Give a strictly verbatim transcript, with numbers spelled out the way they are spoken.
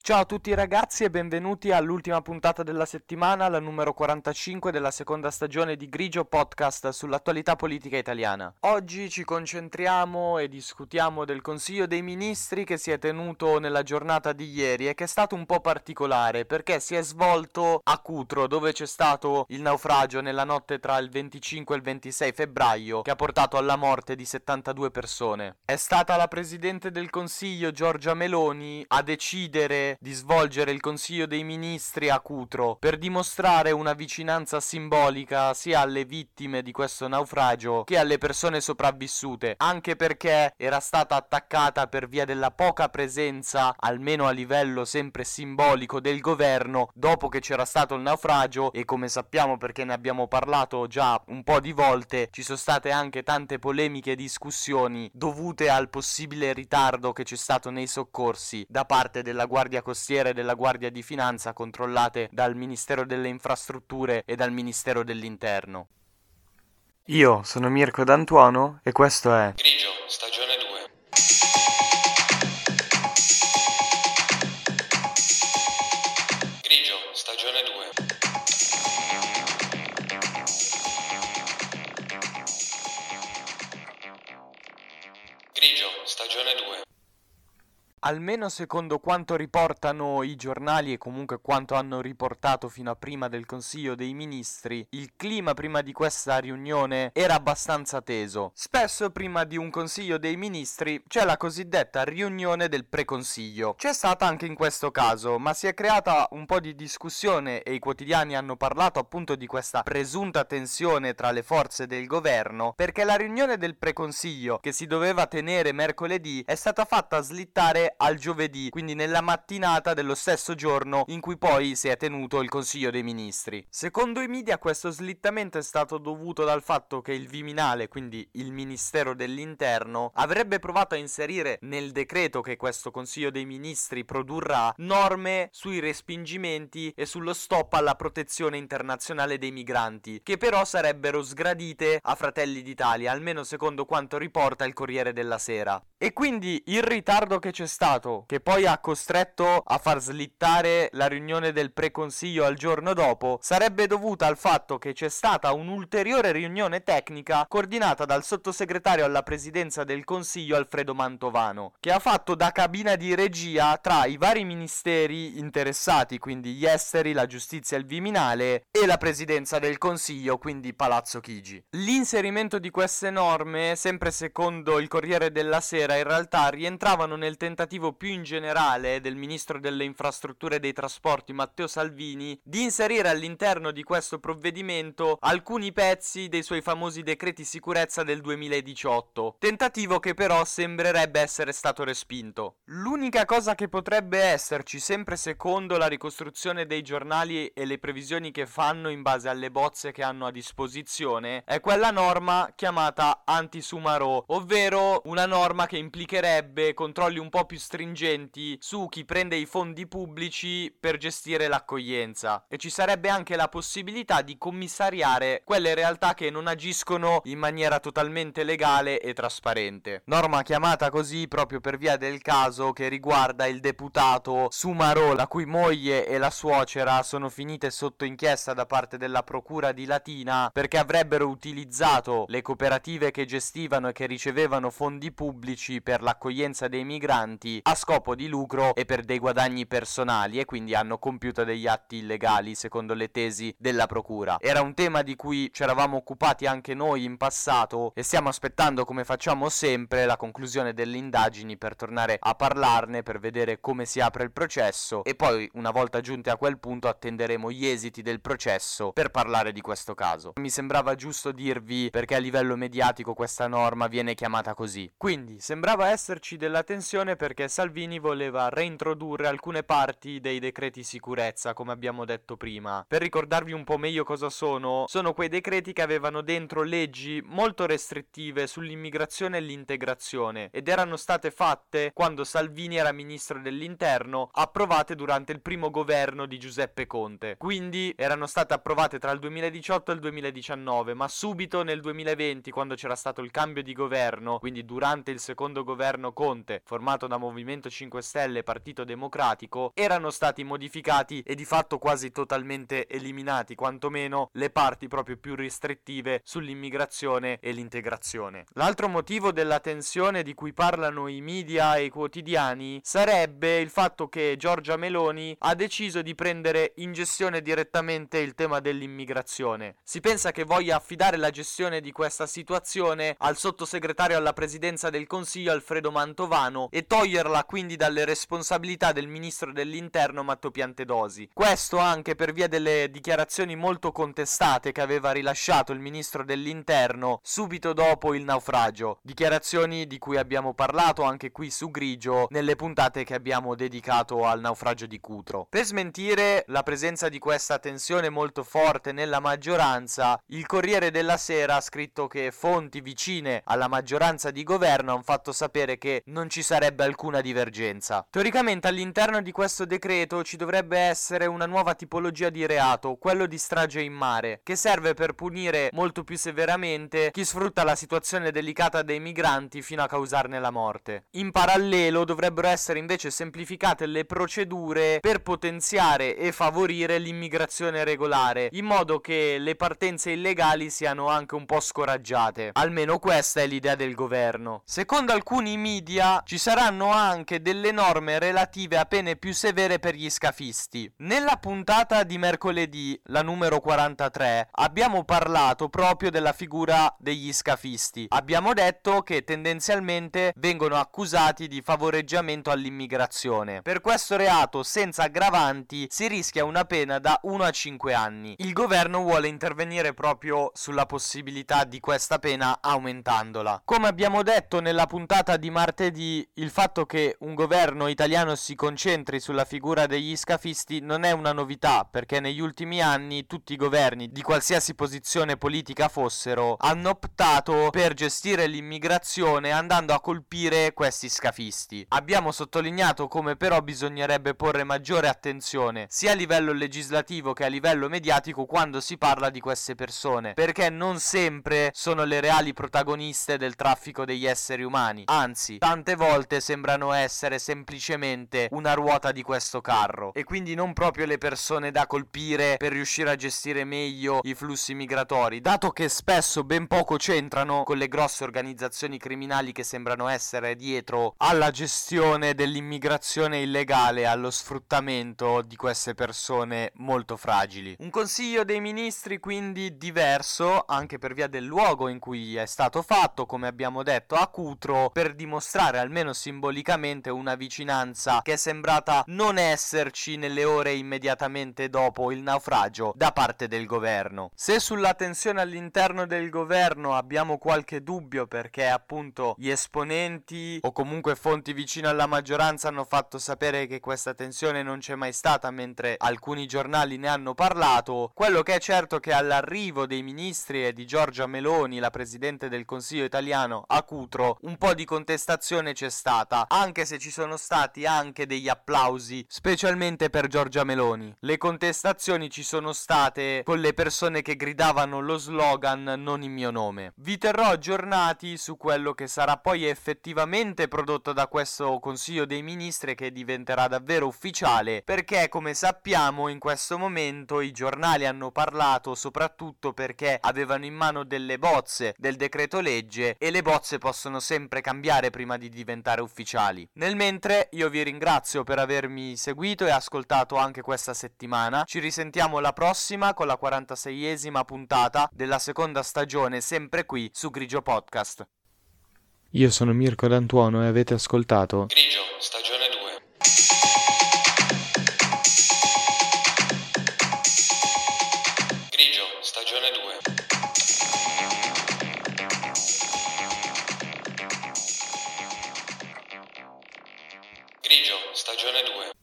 Ciao a tutti ragazzi e benvenuti all'ultima puntata della settimana, la numero quarantacinque della seconda stagione di Grigio Podcast sull'attualità politica italiana. Oggi ci concentriamo e discutiamo del Consiglio dei Ministri che si è tenuto nella giornata di ieri e che è stato un po' particolare perché si è svolto a Cutro, dove c'è stato il naufragio nella notte tra il venticinque e il ventisei febbraio che ha portato alla morte di settantadue persone. È stata la Presidente del Consiglio Giorgia Meloni a decidere di svolgere il Consiglio dei Ministri a Cutro per dimostrare una vicinanza simbolica sia alle vittime di questo naufragio che alle persone sopravvissute, anche perché era stata attaccata per via della poca presenza, almeno a livello sempre simbolico, del governo dopo che c'era stato il naufragio. E come sappiamo, perché ne abbiamo parlato già un po' di volte, ci sono state anche tante polemiche e discussioni dovute al possibile ritardo che c'è stato nei soccorsi da parte della Guardia Costiera e della Guardia di Finanza, controllate dal Ministero delle Infrastrutture e dal Ministero dell'Interno. Io sono Mirko D'Antuono e questo è Grigio, stagione due. Grigio, stagione due. Grigio, stagione due. Almeno secondo quanto riportano i giornali e comunque quanto hanno riportato fino a prima del Consiglio dei Ministri, il clima prima di questa riunione era abbastanza teso. Spesso prima di un Consiglio dei Ministri c'è la cosiddetta riunione del preconsiglio. C'è stata anche in questo caso, ma si è creata un po' di discussione e i quotidiani hanno parlato appunto di questa presunta tensione tra le forze del governo, perché la riunione del preconsiglio che si doveva tenere mercoledì è stata fatta slittare al giovedì, quindi nella mattinata dello stesso giorno in cui poi si è tenuto il Consiglio dei Ministri. Secondo i media questo slittamento è stato dovuto dal fatto che il Viminale, quindi il Ministero dell'Interno, avrebbe provato a inserire nel decreto che questo Consiglio dei Ministri produrrà norme sui respingimenti e sullo stop alla protezione internazionale dei migranti, che però sarebbero sgradite a Fratelli d'Italia, almeno secondo quanto riporta il Corriere della Sera. E quindi il ritardo che c'è stato, che poi ha costretto a far slittare la riunione del preconsiglio al giorno dopo, sarebbe dovuta al fatto che c'è stata un'ulteriore riunione tecnica coordinata dal sottosegretario alla presidenza del Consiglio Alfredo Mantovano, che ha fatto da cabina di regia tra i vari ministeri interessati, quindi gli esteri, la giustizia e il Viminale, e la presidenza del Consiglio, quindi Palazzo Chigi. L'inserimento di queste norme, sempre secondo il Corriere della Sera, in realtà rientravano nel tentativo più in generale del ministro delle infrastrutture e dei trasporti Matteo Salvini di inserire all'interno di questo provvedimento alcuni pezzi dei suoi famosi decreti sicurezza del duemiladiciotto, tentativo che però sembrerebbe essere stato respinto. L'unica cosa che potrebbe esserci, sempre secondo la ricostruzione dei giornali e le previsioni che fanno in base alle bozze che hanno a disposizione, è quella norma chiamata anti-Sumarò, ovvero una norma che implicherebbe controlli un po' più stringenti su chi prende i fondi pubblici per gestire l'accoglienza, e ci sarebbe anche la possibilità di commissariare quelle realtà che non agiscono in maniera totalmente legale e trasparente. Norma chiamata così proprio per via del caso che riguarda il deputato Sumarò, la cui moglie e la suocera sono finite sotto inchiesta da parte della procura di Latina perché avrebbero utilizzato le cooperative che gestivano e che ricevevano fondi pubblici per l'accoglienza dei migranti a scopo di lucro e per dei guadagni personali, e quindi hanno compiuto degli atti illegali secondo le tesi della procura. Era un tema di cui ci eravamo occupati anche noi in passato e stiamo aspettando, come facciamo sempre, la conclusione delle indagini per tornare a parlarne, per vedere come si apre il processo, e poi una volta giunti a quel punto attenderemo gli esiti del processo per parlare di questo caso. Mi sembrava giusto dirvi perché a livello mediatico questa norma viene chiamata così. Quindi sembrava esserci della tensione perché Salvini voleva reintrodurre alcune parti dei decreti sicurezza, come abbiamo detto prima. Per ricordarvi un po' meglio cosa sono, sono quei decreti che avevano dentro leggi molto restrittive sull'immigrazione e l'integrazione, ed erano state fatte quando Salvini era ministro dell'Interno, approvate durante il primo governo di Giuseppe Conte. Quindi erano state approvate tra il duemiladiciotto e il duemiladiciannove, ma subito nel duemilaventi, quando c'era stato il cambio di governo, quindi durante il secondo governo Conte, formato da Movimento cinque Stelle e Partito Democratico, erano stati modificati e di fatto quasi totalmente eliminati, quantomeno le parti proprio più restrittive sull'immigrazione e l'integrazione. L'altro motivo della tensione di cui parlano i media e i quotidiani sarebbe il fatto che Giorgia Meloni ha deciso di prendere in gestione direttamente il tema dell'immigrazione. Si pensa che voglia affidare la gestione di questa situazione al sottosegretario alla presidenza del Consiglio Alfredo Mantovano e toglierla quindi dalle responsabilità del ministro dell'interno Matteo Piantedosi. Questo anche per via delle dichiarazioni molto contestate che aveva rilasciato il ministro dell'interno subito dopo il naufragio, dichiarazioni di cui abbiamo parlato anche qui su Grigio nelle puntate che abbiamo dedicato al naufragio di Cutro. Per smentire la presenza di questa tensione molto forte nella maggioranza, il Corriere della Sera ha scritto che fonti vicine alla maggioranza di governo hanno fatto sapere che non ci sarebbe alcuna divergenza. Teoricamente all'interno di questo decreto ci dovrebbe essere una nuova tipologia di reato, quello di strage in mare, che serve per punire molto più severamente chi sfrutta la situazione delicata dei migranti fino a causarne la morte. In parallelo dovrebbero essere invece semplificate le procedure per potenziare e favorire l'immigrazione regolare, in modo che le partenze illegali siano anche un po' scoraggiate. Almeno questa è l'idea del governo. Secondo alcuni media ci saranno anche delle norme relative a pene più severe per gli scafisti. Nella puntata di mercoledì, la numero quarantatré, abbiamo parlato proprio della figura degli scafisti. Abbiamo detto che tendenzialmente vengono accusati di favoreggiamento all'immigrazione. Per questo reato senza aggravanti si rischia una pena da uno a cinque anni. Il governo vuole intervenire proprio sulla possibilità di questa pena aumentandola. Come abbiamo detto nella puntata di martedì, il fatto che un governo italiano si concentri sulla figura degli scafisti non è una novità, perché negli ultimi anni tutti i governi di qualsiasi posizione politica fossero hanno optato per gestire l'immigrazione andando a colpire questi scafisti. Abbiamo sottolineato come però bisognerebbe porre maggiore attenzione sia a livello legislativo che a livello mediatico quando si parla di queste persone, perché non sempre sono le reali protagoniste del traffico degli esseri umani, anzi tante volte sembrano essere semplicemente una ruota di questo carro e quindi non proprio le persone da colpire per riuscire a gestire meglio i flussi migratori, dato che spesso ben poco c'entrano con le grosse organizzazioni criminali che sembrano essere dietro alla gestione dell'immigrazione illegale e allo sfruttamento di queste persone molto fragili. Un consiglio dei ministri quindi diverso anche per via del luogo in cui è stato fatto, come abbiamo detto a Cutro, per dimostrare almeno simbolicamente una vicinanza che è sembrata non esserci nelle ore immediatamente dopo il naufragio da parte del governo. Se sulla tensione all'interno del governo abbiamo qualche dubbio, perché appunto gli esponenti o comunque fonti vicine alla maggioranza hanno fatto sapere che questa tensione non c'è mai stata, mentre alcuni giornali ne hanno parlato, quello che è certo è che all'arrivo dei ministri e di Giorgia Meloni, la presidente del Consiglio italiano, a Cutro, un po' di contestazione c'è stata, anche se ci sono stati anche degli applausi, specialmente per Giorgia Meloni. Le contestazioni ci sono state con le persone che gridavano lo slogan "non in mio nome". Vi terrò aggiornati su quello che sarà poi effettivamente prodotto da questo Consiglio dei Ministri, che diventerà davvero ufficiale, perché come sappiamo in questo momento i giornali hanno parlato soprattutto perché avevano in mano delle bozze del decreto legge e le bozze possono sempre cambiare prima di diventare ufficiali. Nel mentre io vi ringrazio per avermi seguito e ascoltato anche questa settimana. Ci risentiamo la prossima con la quarantaseiesima puntata della seconda stagione, sempre qui su Grigio Podcast. Io sono Mirko D'Antuono e avete ascoltato Grigio, stagione due. Grigio, stagione due. Grigio, stagione due.